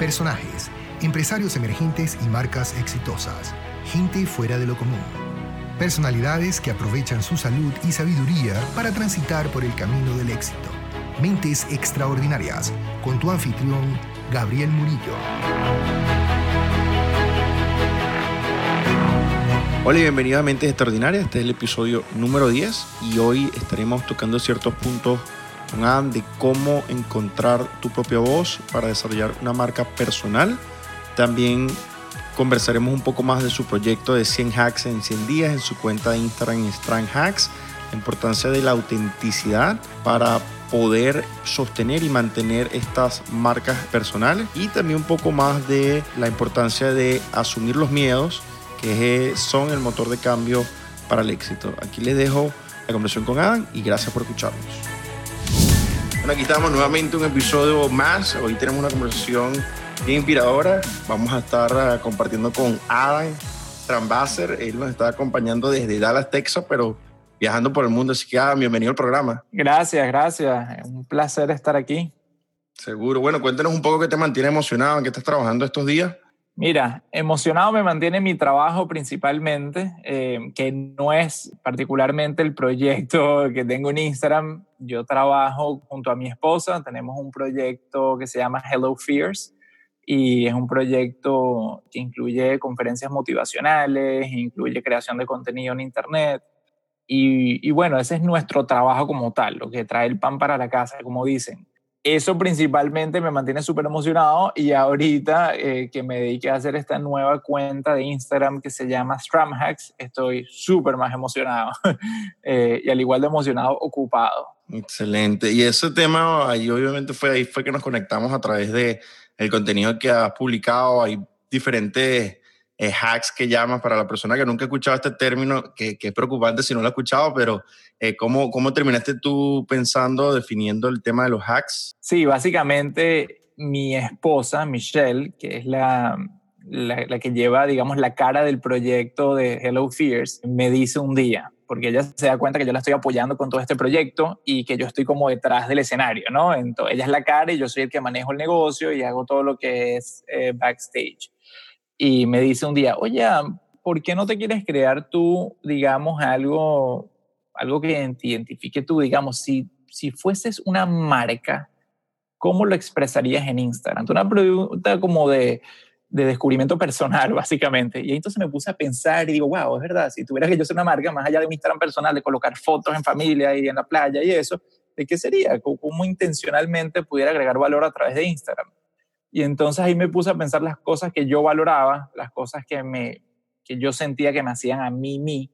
Personajes, empresarios emergentes y marcas exitosas. Gente fuera de lo común. Personalidades que aprovechan su salud y sabiduría para transitar por el camino del éxito. Mentes extraordinarias, con tu anfitrión, Gabriel Murillo. Hola y bienvenido a Mentes Extraordinarias. Este es el episodio número 10 y hoy estaremos tocando ciertos puntos con Adam de cómo encontrar tu propia voz para desarrollar una marca personal. También conversaremos un poco más de su proyecto de 100 hacks en 100 días en su cuenta de Instagram Strang Hacks, la importancia de la autenticidad para poder sostener y mantener estas marcas personales y también un poco más de la importancia de asumir los miedos que son el motor de cambio para el éxito. Aquí les dejo la conversación con Adam y gracias por escucharnos. Bueno, aquí estamos nuevamente un episodio más. Hoy tenemos una conversación bien inspiradora. Vamos a estar compartiendo con Adam Strambasser. Él nos está acompañando desde Dallas, Texas, pero viajando por el mundo. Así que Adam, bienvenido al programa. Gracias. Un placer estar aquí. Seguro. Bueno, cuéntanos un poco qué te mantiene emocionado, en qué estás trabajando estos días. Mira, emocionado me mantiene mi trabajo principalmente, que no es particularmente el proyecto que tengo en Instagram. Yo trabajo junto a mi esposa, tenemos un proyecto que se llama Hello Fears y es un proyecto que incluye conferencias motivacionales, incluye creación de contenido en internet y bueno, ese es nuestro trabajo como tal, lo que trae el pan para la casa, como dicen. Eso principalmente me mantiene súper emocionado y ahorita que me dediqué a hacer esta nueva cuenta de Instagram que se llama Strang Hacks, estoy súper más emocionado y al igual de emocionado, ocupado. Excelente. Y ese tema, ahí obviamente ahí fue que nos conectamos a través de el contenido que has publicado. Hay diferentes hacks que llamas para la persona que nunca ha escuchado este término, que es preocupante si no lo ha escuchado, pero ¿cómo terminaste tú pensando, definiendo el tema de los hacks? Sí, básicamente mi esposa, Michelle, que es la que lleva, digamos, la cara del proyecto de Hello Fears, me dice un día, porque ella se da cuenta que yo la estoy apoyando con todo este proyecto y que yo estoy como detrás del escenario, ¿no? Entonces, ella es la cara y yo soy el que manejo el negocio y hago todo lo que es backstage. Y me dice un día, oye, ¿por qué no te quieres crear tú, digamos, algo que te identifique tú? Digamos, si fueses una marca, ¿cómo lo expresarías en Instagram? Una pregunta como de descubrimiento personal, básicamente. Y entonces me puse a pensar y digo, wow, es verdad, si tuviera que yo ser una marca, más allá de mi Instagram personal, de colocar fotos en familia y en la playa y eso, ¿de qué sería? ¿Cómo intencionalmente pudiera agregar valor a través de Instagram? Y entonces ahí me puse a pensar las cosas que yo valoraba, las cosas que yo sentía que me hacían a mí.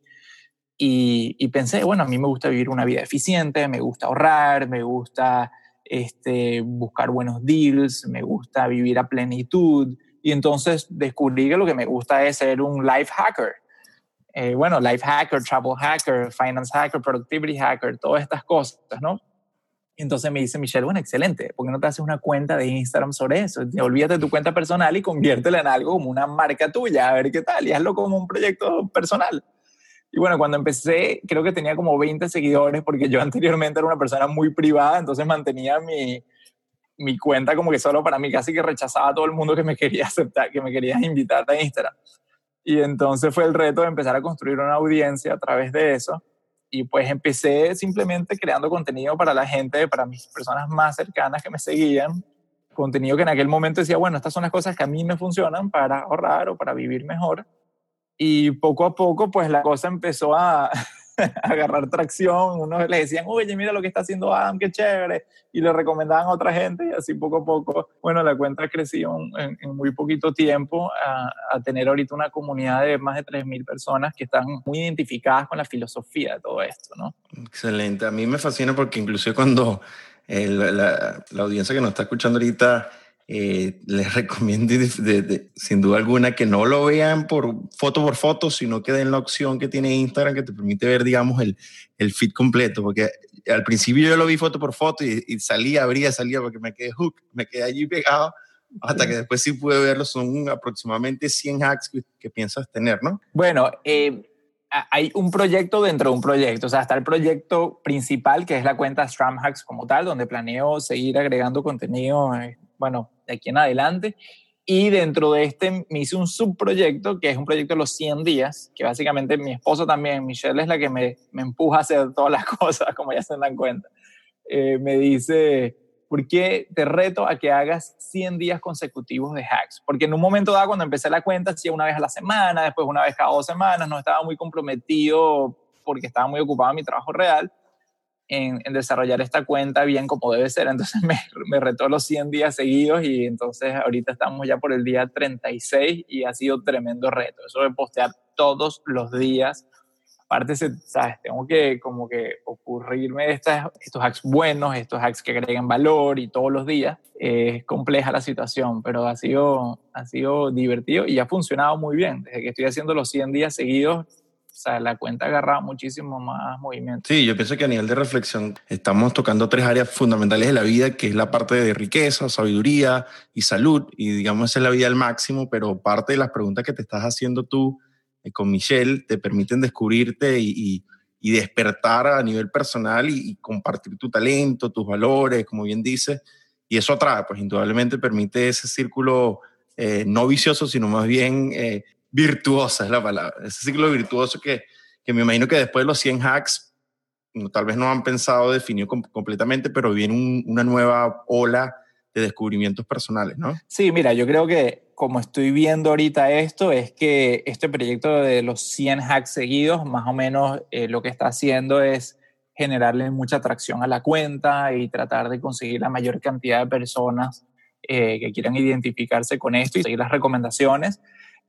Y pensé, bueno, a mí me gusta vivir una vida eficiente, me gusta ahorrar, me gusta buscar buenos deals, me gusta vivir a plenitud. Y entonces descubrí que lo que me gusta es ser un life hacker. Life hacker, travel hacker, finance hacker, productivity hacker, todas estas cosas, ¿no? Entonces me dice Michelle, bueno, excelente, ¿por qué no te haces una cuenta de Instagram sobre eso? Olvídate de tu cuenta personal y conviértela en algo como una marca tuya, a ver qué tal, y hazlo como un proyecto personal. Y bueno, cuando empecé, creo que tenía como 20 seguidores, porque yo anteriormente era una persona muy privada, entonces mantenía mi cuenta como que solo para mí, casi que rechazaba a todo el mundo que me quería aceptar, que me quería invitar a Instagram. Y entonces fue el reto de empezar a construir una audiencia a través de eso. Y pues empecé simplemente creando contenido para la gente, para mis personas más cercanas que me seguían. Contenido que en aquel momento decía, bueno, estas son las cosas que a mí me funcionan para ahorrar o para vivir mejor. Y poco a poco, pues la cosa empezó a agarrar tracción. Unos le decían, oye, mira lo que está haciendo Adam, qué chévere. Y le recomendaban a otra gente y así poco a poco, bueno, la cuenta creció en muy poquito tiempo a tener ahorita una comunidad de más de 3,000 personas que están muy identificadas con la filosofía de todo esto, ¿no? Excelente. A mí me fascina porque inclusive cuando la audiencia que nos está escuchando ahorita les recomiendo sin duda alguna que no lo vean por foto, sino que den la opción que tiene Instagram que te permite ver, digamos, el feed completo, porque al principio yo lo vi foto por foto y salía porque me quedé me quedé allí pegado hasta que después sí pude verlo. Son aproximadamente 100 hacks que piensas tener, ¿no? Bueno, hay un proyecto dentro de un proyecto. O sea, está el proyecto principal, que es la cuenta Strang Hacks como tal, donde planeo seguir agregando contenido bueno, de aquí en adelante. Y dentro de este me hice un subproyecto, que es un proyecto de los 100 días, que básicamente mi esposa también, Michelle, es la que me empuja a hacer todas las cosas, como ya se dan cuenta. Me dice, ¿por qué te reto a que hagas 100 días consecutivos de hacks? Porque en un momento dado, cuando empecé la cuenta, hacía una vez a la semana, después una vez cada 2 semanas, no estaba muy comprometido porque estaba muy ocupado en mi trabajo real, en desarrollar esta cuenta bien como debe ser. Entonces me retó los 100 días seguidos y entonces ahorita estamos ya por el día 36 y ha sido tremendo reto. Eso de postear todos los días. Aparte, ¿sabes? Tengo que como que ocurrirme estos hacks buenos, estos hacks que agreguen valor y todos los días. Es compleja la situación, pero ha sido divertido y ha funcionado muy bien. Desde que estoy haciendo los 100 días seguidos, o sea, la cuenta ha agarrado muchísimo más movimiento. Sí, yo pienso que a nivel de reflexión estamos tocando 3 áreas fundamentales de la vida, que es la parte de riqueza, sabiduría y salud, y digamos esa es la vida al máximo, pero parte de las preguntas que te estás haciendo tú con Michelle te permiten descubrirte y despertar a nivel personal y compartir tu talento, tus valores, como bien dices, y eso atrae, pues indudablemente permite ese círculo no vicioso, sino más bien virtuosa es la palabra, ese ciclo virtuoso que me imagino que después de los 100 hacks, tal vez no han pensado definir completamente, pero viene una nueva ola de descubrimientos personales, ¿no? Sí, mira, yo creo que como estoy viendo ahorita esto, es que este proyecto de los 100 hacks seguidos, más o menos lo que está haciendo es generarle mucha atracción a la cuenta y tratar de conseguir la mayor cantidad de personas que quieran identificarse con esto y seguir las recomendaciones.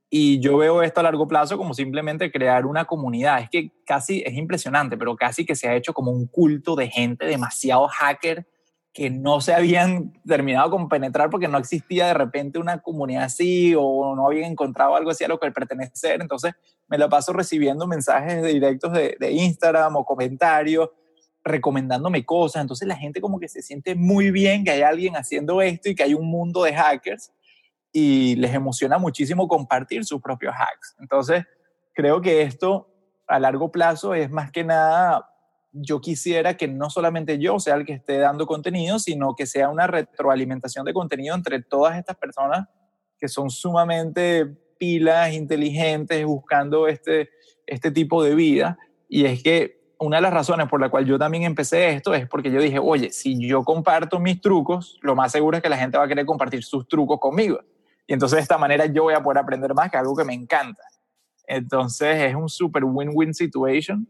Y yo veo esto a largo plazo como simplemente crear una comunidad. Es que casi es impresionante, pero casi que se ha hecho como un culto de gente demasiado hacker que no se habían terminado con penetrar porque no existía de repente una comunidad así o no habían encontrado algo así a lo que pertenecer. Entonces me la paso recibiendo mensajes directos de Instagram o comentarios recomendándome cosas. Entonces la gente como que se siente muy bien que hay alguien haciendo esto y que hay un mundo de hackers y les emociona muchísimo compartir sus propios hacks. Entonces, creo que esto a largo plazo es más que nada, yo quisiera que no solamente yo sea el que esté dando contenido, sino que sea una retroalimentación de contenido entre todas estas personas que son sumamente pilas, inteligentes, buscando este tipo de vida. Y es que una de las razones por la cual yo también empecé esto es porque yo dije, oye, si yo comparto mis trucos, lo más seguro es que la gente va a querer compartir sus trucos conmigo. Y entonces de esta manera yo voy a poder aprender más, que algo que me encanta. Entonces es un super win-win situation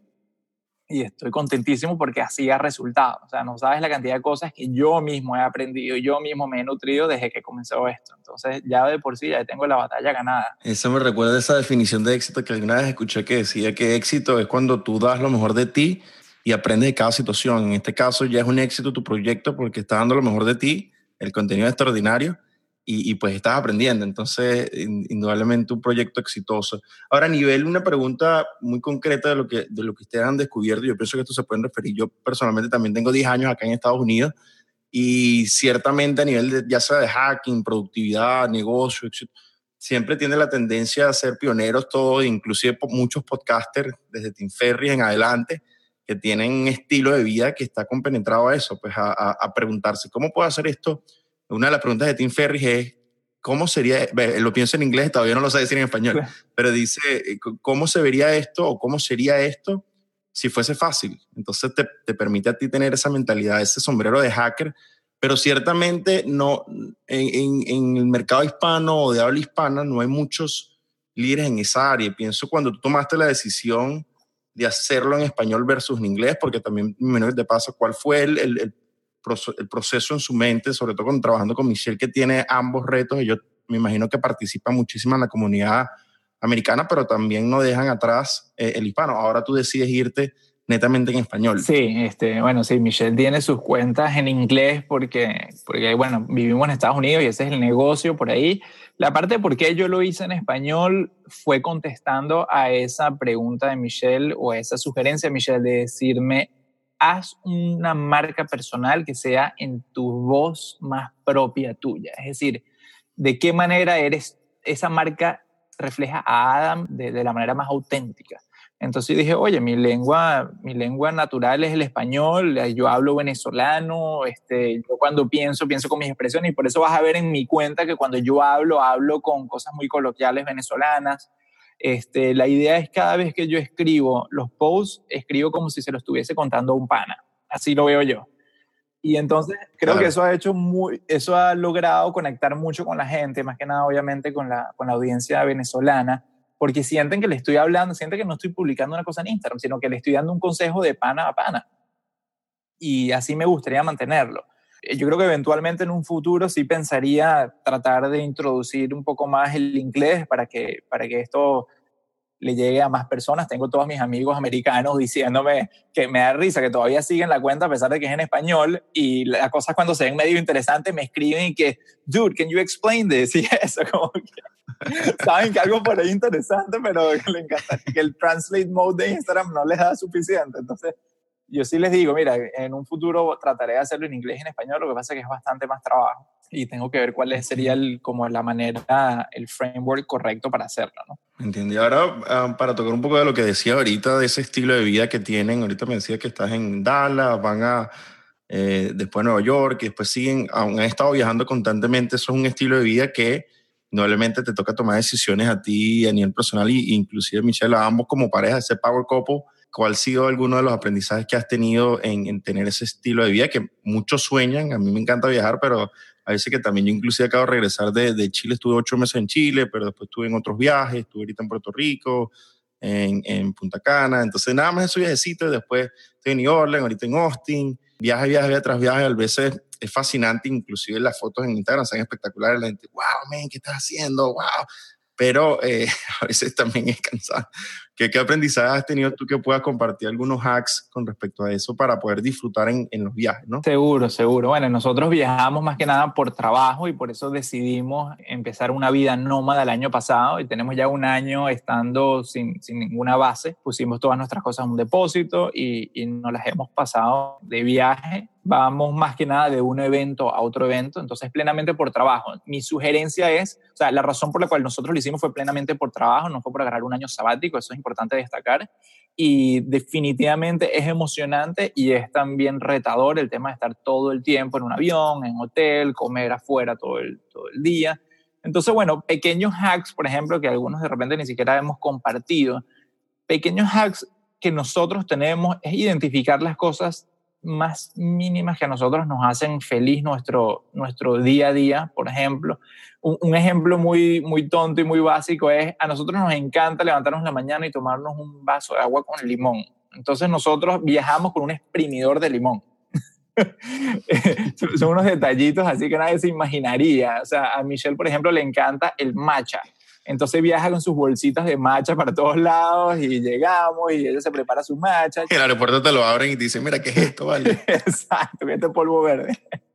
y estoy contentísimo porque así ha resultado. O sea, no sabes la cantidad de cosas que yo mismo he aprendido, yo mismo me he nutrido desde que comenzó esto. Entonces ya de por sí ya tengo la batalla ganada. Eso me recuerda a esa definición de éxito que alguna vez escuché que decía que éxito es cuando tú das lo mejor de ti y aprendes de cada situación. En este caso ya es un éxito tu proyecto porque estás dando lo mejor de ti, el contenido es extraordinario y pues estás aprendiendo. Entonces, indudablemente un proyecto exitoso. Ahora, a nivel, una pregunta muy concreta de lo que ustedes han descubierto, yo pienso que esto se pueden referir. Yo personalmente también tengo 10 años acá en Estados Unidos y ciertamente a nivel de, ya sea de hacking, productividad, negocio, etc., siempre tiene la tendencia a ser pioneros todos, inclusive muchos podcasters desde Tim Ferriss en adelante, que tienen un estilo de vida que está compenetrado a eso, pues a preguntarse, ¿cómo puedo hacer esto? Una de las preguntas de Tim Ferriss es, ¿cómo sería? Lo pienso en inglés, todavía no lo sé decir en español, pero dice, ¿cómo se vería esto o cómo sería esto si fuese fácil? Entonces te permite a ti tener esa mentalidad, ese sombrero de hacker, pero ciertamente no, en el mercado hispano o de habla hispana no hay muchos líderes en esa área. Pienso cuando tú tomaste la decisión de hacerlo en español versus en inglés, porque también me imagino que te pasa, ¿cuál fue el proceso en su mente, sobre todo cuando trabajando con Michelle, que tiene ambos retos? Y yo me imagino que participa muchísimo en la comunidad americana, pero también no dejan atrás el hispano. Ahora tú decides irte netamente en español. Sí, bueno, sí, Michelle tiene sus cuentas en inglés porque, bueno, vivimos en Estados Unidos y ese es el negocio por ahí. La parte de por qué yo lo hice en español fue contestando a esa pregunta de Michelle o a esa sugerencia de Michelle de decirme, haz una marca personal que sea en tu voz más propia tuya. Es decir, de qué manera esa marca refleja a Adam de la manera más auténtica. Entonces dije, oye, mi lengua natural es el español, yo hablo venezolano, yo cuando pienso con mis expresiones, y por eso vas a ver en mi cuenta que cuando yo hablo con cosas muy coloquiales venezolanas. La idea es cada vez que yo escribo los posts, escribo como si se lo estuviese contando a un pana. Así lo veo yo. Y entonces creo que eso ha logrado conectar mucho con la gente, más que nada obviamente con la audiencia venezolana, porque sienten que le estoy hablando, sienten que no estoy publicando una cosa en Instagram, sino que le estoy dando un consejo de pana a pana. Y así me gustaría mantenerlo. Yo creo que eventualmente en un futuro sí pensaría tratar de introducir un poco más el inglés para que esto le llegue a más personas. Tengo todos mis amigos americanos diciéndome que me da risa, que todavía siguen la cuenta a pesar de que es en español, y las cosas cuando se ven medio interesantes me escriben y que, dude, can you explain this? Y eso, como que saben que algo por ahí interesante, pero le encanta que el translate mode de Instagram no les da suficiente. Entonces, yo sí les digo, mira, en un futuro trataré de hacerlo en inglés y en español, lo que pasa es que es bastante más trabajo y tengo que ver cuál sería como la manera, el framework correcto para hacerlo, ¿no? Entiendo. Y ahora, para tocar un poco de lo que decía ahorita, de ese estilo de vida que tienen, ahorita me decía que estás en Dallas, van a después a Nueva York y después siguen, aún han estado viajando constantemente. Eso es un estilo de vida que probablemente te toca tomar decisiones a ti a nivel personal y inclusive, Michelle, a ambos como pareja, ese power couple. ¿Cuál ha sido alguno de los aprendizajes que has tenido en tener ese estilo de vida que muchos sueñan? A mí me encanta viajar, pero a veces que también yo inclusive acabo de regresar de Chile. Estuve 8 meses en Chile, pero después estuve en otros viajes. Estuve ahorita en Puerto Rico, en Punta Cana. Entonces nada más esos viajecitos. Después estoy en New Orleans, ahorita en Austin. Viaje tras viaje. A veces es fascinante, inclusive las fotos en Instagram son espectaculares. La gente, wow, man, ¿qué estás haciendo? Wow. Pero a veces también es cansado. ¿Qué aprendizaje has tenido tú que puedas compartir algunos hacks con respecto a eso para poder disfrutar en los viajes, ¿no? Seguro. Bueno, nosotros viajamos más que nada por trabajo y por eso decidimos empezar una vida nómada el año pasado y tenemos ya un año estando sin ninguna base. Pusimos todas nuestras cosas en un depósito y nos las hemos pasado de viaje. Vamos más que nada de un evento a otro evento, entonces plenamente por trabajo. Mi sugerencia es, o sea, la razón por la cual nosotros lo hicimos fue plenamente por trabajo, no fue por agarrar un año sabático, eso es importante destacar. Y definitivamente es emocionante y es también retador el tema de estar todo el tiempo en un avión, en hotel, comer afuera todo el día. Entonces, bueno, pequeños hacks, por ejemplo, que algunos de repente ni siquiera hemos compartido, pequeños hacks que nosotros tenemos es identificar las cosas más mínimas que a nosotros nos hacen feliz nuestro día a día. Por ejemplo, un ejemplo muy, muy tonto y muy básico es, a nosotros nos encanta levantarnos en la mañana y tomarnos un vaso de agua con limón. Entonces nosotros viajamos con un exprimidor de limón. Son unos detallitos así que nadie se imaginaría. O sea, a Michelle, por ejemplo, le encanta el matcha. Entonces viaja con sus bolsitas de matcha para todos lados y llegamos y ella se prepara su matcha. En el aeropuerto te lo abren y te dicen, mira, ¿qué es esto? Vale. Exacto, este polvo verde.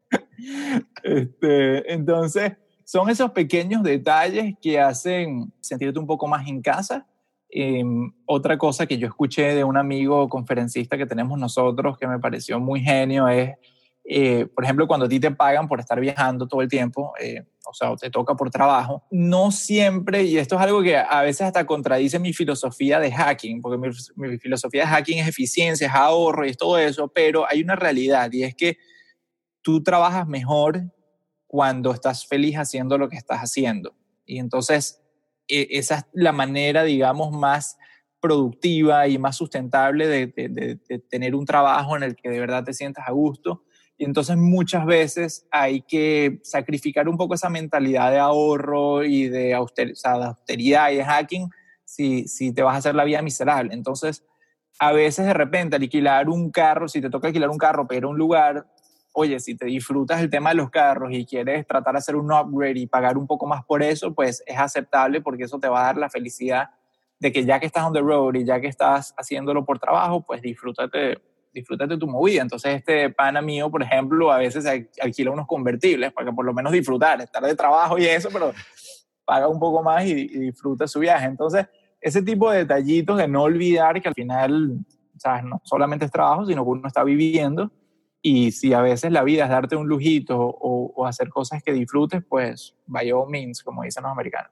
Entonces, son esos pequeños detalles que hacen sentirte un poco más en casa. Otra cosa que yo escuché de un amigo conferencista que tenemos nosotros que me pareció muy genio es, por ejemplo, cuando a ti te pagan por estar viajando todo el tiempo, o sea, o te toca por trabajo, no siempre, y esto es algo que a veces hasta contradice mi filosofía de hacking, porque mi filosofía de hacking es eficiencia, es ahorro y es todo eso, pero hay una realidad y es que tú trabajas mejor cuando estás feliz haciendo lo que estás haciendo. Y entonces esa es la manera, digamos, más productiva y más sustentable de tener un trabajo en el que de verdad te sientas a gusto. Y entonces muchas veces hay que sacrificar un poco esa mentalidad de ahorro y de austeridad y de hacking si te vas a hacer la vida miserable. Entonces, a veces de repente alquilar un carro, si te toca alquilar un carro para ir a un lugar, oye, si te disfrutas el tema de los carros y quieres tratar de hacer un upgrade y pagar un poco más por eso, pues es aceptable porque eso te va a dar la felicidad de que ya que estás on the road y ya que estás haciéndolo por trabajo, pues disfrútate tu movida. Entonces este pana mío, por ejemplo, a veces alquila unos convertibles para que por lo menos disfrutar, estar de trabajo y eso, pero paga un poco más y disfruta su viaje. Entonces, ese tipo de detallitos de no olvidar que al final, ¿sabes? No solamente es trabajo, sino que uno está viviendo. Y si a veces la vida es darte un lujito o hacer cosas que disfrutes, pues by all means, como dicen los americanos.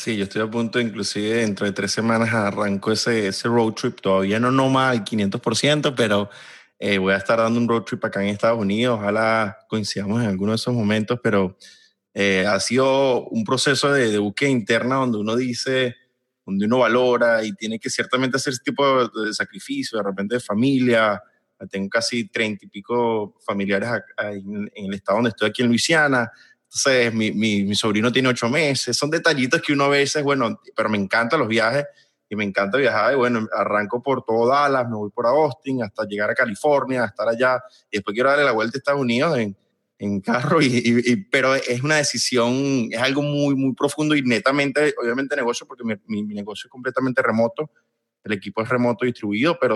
Sí, yo estoy a punto, inclusive dentro de 3 semanas arranco ese road trip. Todavía no nómada al 500%, pero voy a estar dando un road trip acá en Estados Unidos. Ojalá coincidamos en alguno de esos momentos, pero ha sido un proceso de búsqueda interna donde uno dice, donde uno valora y tiene que ciertamente hacer ese tipo de sacrificio, de repente de familia. Tengo casi 30 y pico familiares en el estado donde estoy, aquí en Luisiana. Entonces, mi sobrino tiene 8 meses. Son detallitos que uno a veces, bueno, pero me encantan los viajes y me encanta viajar. Y bueno, arranco por todo Dallas, me voy por Austin hasta llegar a California, estar allá. Y después quiero darle la vuelta a Estados Unidos en carro. Pero es una decisión, es algo muy, muy profundo y netamente, obviamente, negocio, porque mi negocio es completamente remoto. El equipo es remoto distribuido, pero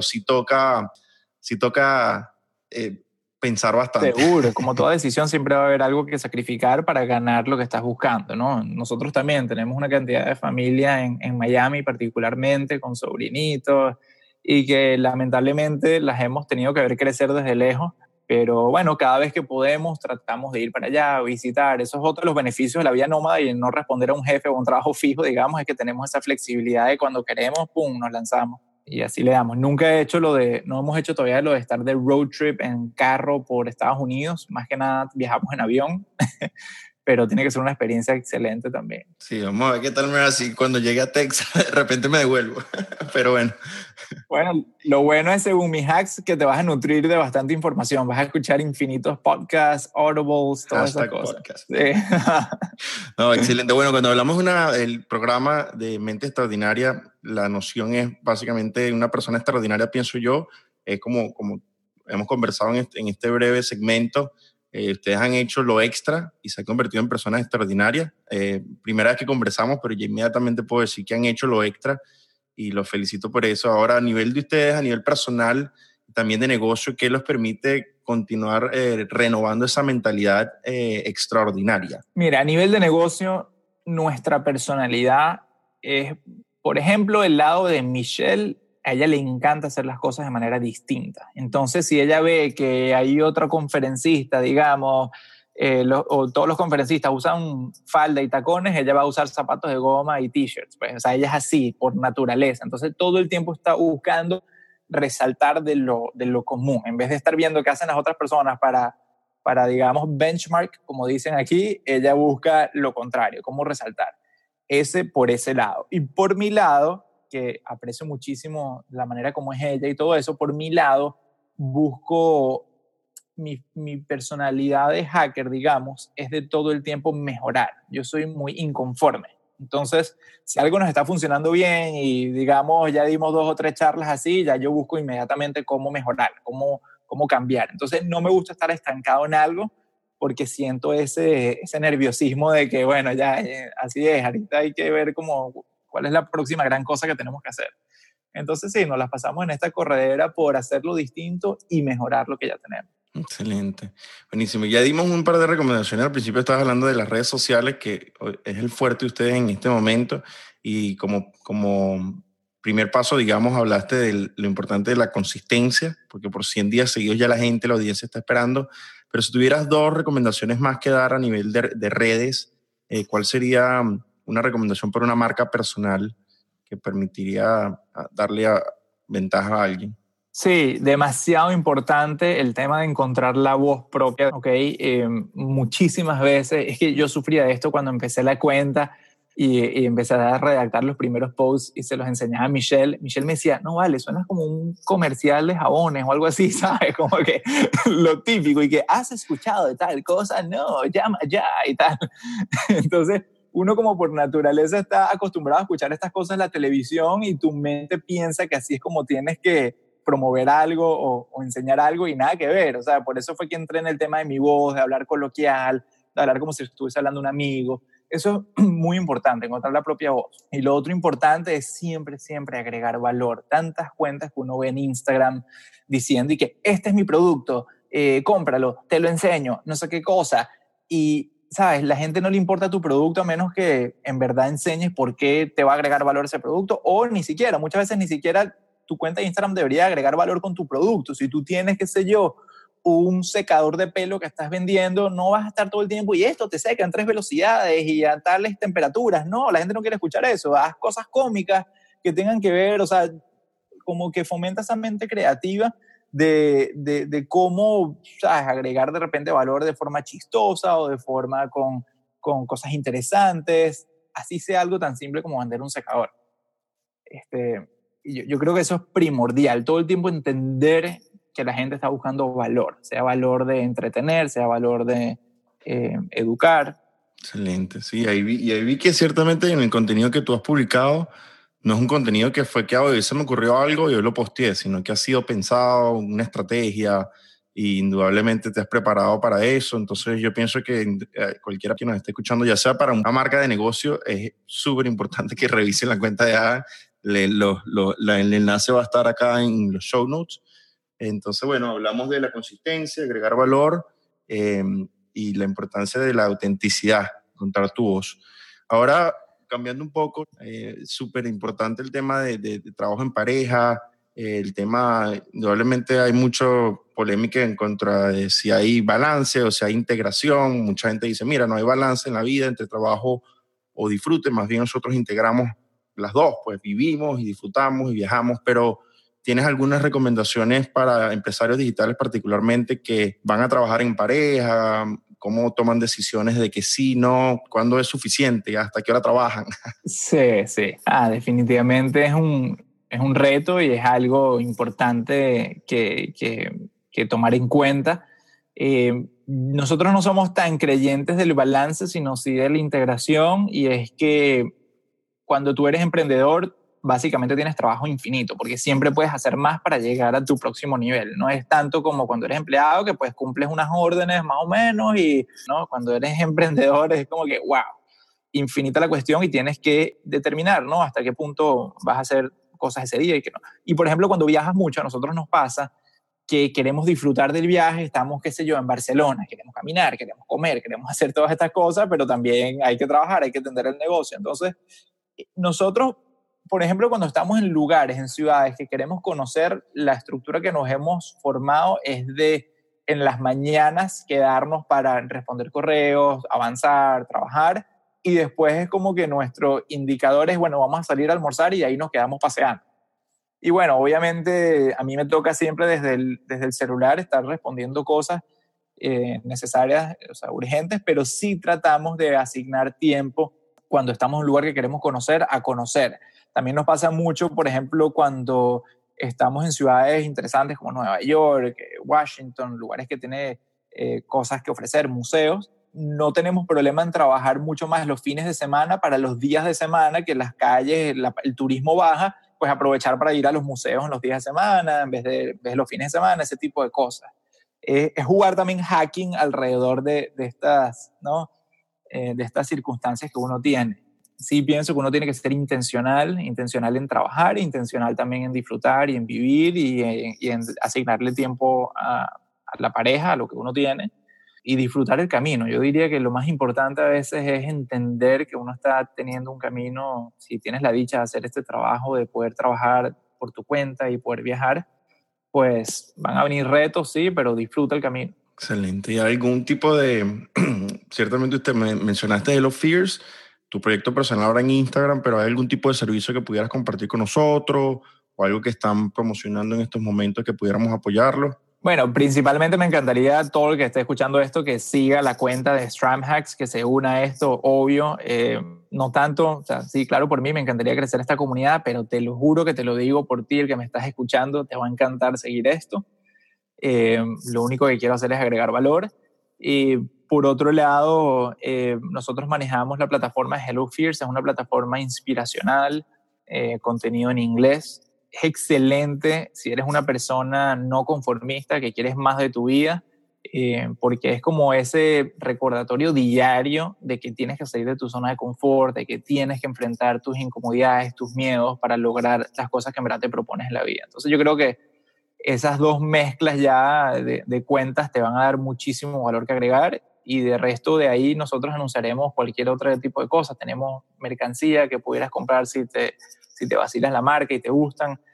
sí toca pensar bastante. Seguro, como toda decisión siempre va a haber algo que sacrificar para ganar lo que estás buscando, ¿no? Nosotros también tenemos una cantidad de familia en Miami particularmente, con sobrinitos, y que lamentablemente las hemos tenido que ver crecer desde lejos, pero bueno, cada vez que podemos tratamos de ir para allá, visitar. Eso es otro de los beneficios de la vida nómada y no responder a un jefe o a un trabajo fijo, digamos, es que tenemos esa flexibilidad de cuando queremos, ¡pum!, nos lanzamos. Y así le damos. Nunca he hecho no hemos hecho todavía lo de estar de road trip en carro por Estados Unidos. Más que nada viajamos en avión, pero tiene que ser una experiencia excelente también. Sí, vamos a ver qué tal me va así. Cuando llegue a Texas, de repente me devuelvo. Pero bueno. Bueno, lo bueno es, según mis hacks, que te vas a nutrir de bastante información. Vas a escuchar infinitos podcasts, audibles, todas esas cosas. Podcast. Sí. No, excelente. Bueno, cuando hablamos del programa de Mente Extraordinaria, la noción es básicamente una persona extraordinaria, pienso yo, como hemos conversado en este breve segmento. Ustedes han hecho lo extra y se han convertido en personas extraordinarias. Primera vez que conversamos, pero ya inmediatamente puedo decir que han hecho lo extra y los felicito por eso. Ahora, a nivel de ustedes, a nivel personal, también de negocio, ¿qué los permite continuar renovando esa mentalidad extraordinaria? Mira, a nivel de negocio, nuestra personalidad es, por ejemplo, el lado de Michelle. A ella le encanta hacer las cosas de manera distinta. Entonces, si ella ve que hay otro conferencista, digamos, o todos los conferencistas usan falda y tacones, ella va a usar zapatos de goma y t-shirts. Pues. O sea, ella es así, por naturaleza. Entonces, todo el tiempo está buscando resaltar de lo común. En vez de estar viendo qué hacen las otras personas para, digamos, benchmark, como dicen aquí, ella busca lo contrario, cómo resaltar. Por ese lado. Y por mi lado, que aprecio muchísimo la manera como es ella y todo eso, por mi lado busco mi personalidad de hacker, digamos, es de todo el tiempo mejorar. Yo soy muy inconforme. Entonces, si algo nos está funcionando bien y, digamos, ya dimos 2 o 3 charlas así, ya yo busco inmediatamente cómo mejorar, cómo cambiar. Entonces, no me gusta estar estancado en algo porque siento ese nerviosismo de que, bueno, ya así es, ahorita hay que ver cuál es la próxima gran cosa que tenemos que hacer. Entonces sí, nos las pasamos en esta corredera por hacerlo distinto y mejorar lo que ya tenemos. Excelente, buenísimo. Ya dimos un par de recomendaciones. Al principio estabas hablando de las redes sociales, que es el fuerte de ustedes en este momento, y como primer paso, digamos, hablaste de lo importante de la consistencia, porque por 100 días seguidos ya la audiencia está esperando. Pero si tuvieras 2 recomendaciones más que dar a nivel de redes, ¿cuál sería una recomendación para una marca personal que permitiría darle ventaja a alguien? Sí, demasiado importante el tema de encontrar la voz propia, ¿ok? Muchísimas veces, es que yo sufría de esto cuando empecé la cuenta y empecé a redactar los primeros posts y se los enseñaba a Michelle. Michelle me decía, no vale, suenas como un comercial de jabones o algo así, ¿sabes? Como que lo típico y que has escuchado de tal cosa, no, llama ya y tal. Entonces, uno como por naturaleza está acostumbrado a escuchar estas cosas en la televisión y tu mente piensa que así es como tienes que promover algo o enseñar algo y nada que ver. O sea, por eso fue que entré en el tema de mi voz, de hablar coloquial, de hablar como si estuviese hablando un amigo. Eso es muy importante, encontrar la propia voz. Y lo otro importante es siempre, siempre agregar valor. Tantas cuentas que uno ve en Instagram diciendo y que este es mi producto, cómpralo, te lo enseño, no sé qué cosa. Y, ¿sabes? La gente no le importa tu producto a menos que en verdad enseñes por qué te va a agregar valor ese producto o ni siquiera, muchas veces ni siquiera tu cuenta de Instagram debería agregar valor con tu producto. Si tú tienes, qué sé yo, un secador de pelo que estás vendiendo, no vas a estar todo el tiempo y esto te seca en 3 velocidades y a tales temperaturas. No, la gente no quiere escuchar eso. Haz cosas cómicas que tengan que ver, o sea, como que fomenta esa mente creativa de cómo, ¿sabes?, agregar de repente valor de forma chistosa o de forma con cosas interesantes, así sea algo tan simple como vender un secador. Yo creo que eso es primordial, todo el tiempo entender que la gente está buscando valor, sea valor de entretener, sea valor de educar. Excelente, sí, ahí vi que ciertamente en el contenido que tú has publicado no es un contenido que fue que hoy se me ocurrió algo y yo lo posteé, sino que ha sido pensado, una estrategia, y indudablemente te has preparado para eso. Entonces yo pienso que cualquiera que nos esté escuchando, ya sea para una marca de negocio, es súper importante que revisen la cuenta de Adam. El enlace va a estar acá en los show notes. Entonces, bueno, hablamos de la consistencia, agregar valor, y la importancia de la autenticidad, contar tu voz. Ahora, cambiando un poco, súper importante el tema de trabajo en pareja, el tema, indudablemente hay mucha polémica en contra de si hay balance o si hay integración. Mucha gente dice, mira, no hay balance en la vida entre trabajo o disfrute, más bien nosotros integramos las dos, pues vivimos y disfrutamos y viajamos, pero ¿tienes algunas recomendaciones para empresarios digitales particularmente que van a trabajar en pareja? ¿Cómo toman decisiones de que sí, no? ¿Cuándo es suficiente? ¿Hasta qué hora trabajan? Sí, sí. Definitivamente es un reto y es algo importante que tomar en cuenta. Nosotros no somos tan creyentes del balance, sino sí de la integración, y es que cuando tú eres emprendedor, básicamente tienes trabajo infinito, porque siempre puedes hacer más para llegar a tu próximo nivel. No es tanto como cuando eres empleado, que pues cumples unas órdenes más o menos, y ¿no? Cuando eres emprendedor es como que, wow, infinita la cuestión y tienes que determinar, ¿no?, hasta qué punto vas a hacer cosas ese día y qué no. Y por ejemplo, cuando viajas mucho, a nosotros nos pasa que queremos disfrutar del viaje, estamos, qué sé yo, en Barcelona, queremos caminar, queremos comer, queremos hacer todas estas cosas, pero también hay que trabajar, hay que atender el negocio. Entonces, nosotros, por ejemplo, cuando estamos en lugares, en ciudades que queremos conocer, la estructura que nos hemos formado es de en las mañanas quedarnos para responder correos, avanzar, trabajar, y después es como que nuestro indicador es, bueno, vamos a salir a almorzar y ahí nos quedamos paseando. Y bueno, obviamente a mí me toca siempre desde el celular estar respondiendo cosas necesarias, o sea, urgentes, pero sí tratamos de asignar tiempo cuando estamos en un lugar que queremos conocer, a conocer. También nos pasa mucho, por ejemplo, cuando estamos en ciudades interesantes como Nueva York, Washington, lugares que tienen cosas que ofrecer, museos. No tenemos problema en trabajar mucho más los fines de semana para los días de semana, que las calles, el turismo baja, pues aprovechar para ir a los museos en los días de semana, en vez de los fines de semana, ese tipo de cosas. Es jugar también hacking alrededor de estas, ¿no?, de estas circunstancias que uno tiene. Sí pienso que uno tiene que ser intencional en trabajar, intencional también en disfrutar y en vivir y en asignarle tiempo a la pareja, a lo que uno tiene, y disfrutar el camino. Yo diría que lo más importante a veces es entender que uno está teniendo un camino, si tienes la dicha de hacer este trabajo, de poder trabajar por tu cuenta y poder viajar, pues van a venir retos, sí, pero disfruta el camino. Excelente. ¿Y algún tipo de, ciertamente usted mencionaste Hello Fears, tu proyecto personal ahora en Instagram, pero ¿hay algún tipo de servicio que pudieras compartir con nosotros o algo que están promocionando en estos momentos que pudiéramos apoyarlo? Bueno, principalmente me encantaría todo el que esté escuchando esto que siga la cuenta de StramHacks, que se una a esto, obvio. No tanto, o sea, sí, claro, por mí me encantaría crecer esta comunidad, pero te lo juro que te lo digo por ti, el que me estás escuchando, te va a encantar seguir esto. Lo único que quiero hacer es agregar valor. Y por otro lado, nosotros manejamos la plataforma Hello Fears, es una plataforma inspiracional, contenido en inglés. Es excelente si eres una persona no conformista, que quieres más de tu vida, porque es como ese recordatorio diario de que tienes que salir de tu zona de confort, de que tienes que enfrentar tus incomodidades, tus miedos para lograr las cosas que en verdad te propones en la vida. Entonces yo creo que esas dos mezclas ya de cuentas te van a dar muchísimo valor que agregar, y de resto de ahí nosotros anunciaremos cualquier otro tipo de cosas. Tenemos mercancía que pudieras comprar si te vacilas la marca y te gustan.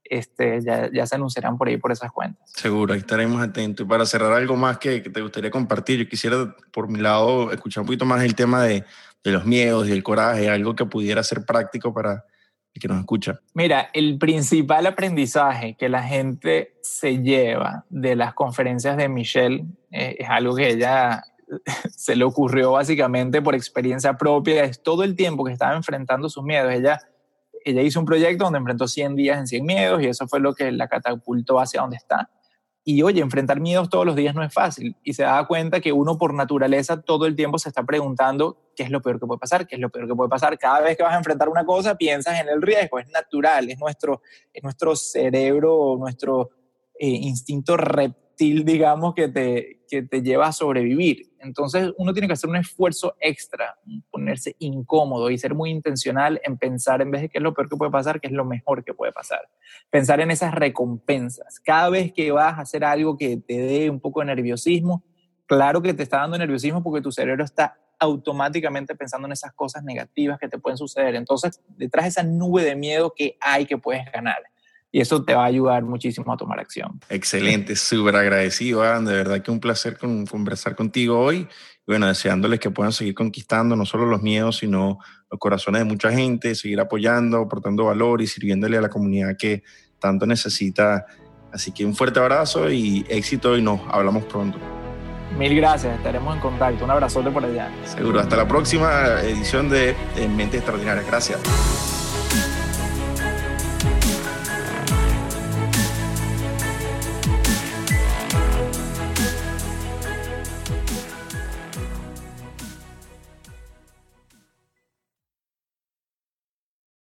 ya se anunciarán por ahí por esas cuentas. Seguro, ahí estaremos atentos. Y para cerrar, algo más que te gustaría compartir, yo quisiera por mi lado escuchar un poquito más el tema de los miedos y el coraje, algo que pudiera ser práctico para el que nos escucha. Mira, el principal aprendizaje que la gente se lleva de las conferencias de Michelle es algo que ella se le ocurrió básicamente por experiencia propia. Es todo el tiempo que estaba enfrentando sus miedos. Ella hizo un proyecto donde enfrentó 100 días en 100 miedos y eso fue lo que la catapultó hacia donde está. Y oye, enfrentar miedos todos los días no es fácil. Y se da cuenta que uno por naturaleza todo el tiempo se está preguntando qué es lo peor que puede pasar, qué es lo peor que puede pasar. Cada vez que vas a enfrentar una cosa piensas en el riesgo, es natural, es nuestro cerebro, nuestro instinto reptil, digamos, que te lleva a sobrevivir. Entonces uno tiene que hacer un esfuerzo extra, ponerse incómodo y ser muy intencional en pensar, en vez de qué es lo peor que puede pasar, qué es lo mejor que puede pasar. Pensar en esas recompensas. Cada vez que vas a hacer algo que te dé un poco de nerviosismo, claro que te está dando nerviosismo porque tu cerebro está automáticamente pensando en esas cosas negativas que te pueden suceder. Entonces, detrás de esa nube de miedo que hay que puedes ganar. Y eso te va a ayudar muchísimo a tomar acción. Excelente, súper agradecido, Adam. De verdad que un placer conversar contigo hoy. Y bueno, deseándoles que puedan seguir conquistando no solo los miedos, sino los corazones de mucha gente, seguir apoyando, aportando valor y sirviéndole a la comunidad que tanto necesita. Así que un fuerte abrazo y éxito y nos hablamos pronto. Mil gracias, estaremos en contacto. Un abrazote por allá. Seguro, hasta la próxima edición de Mentes Extraordinarias. Gracias.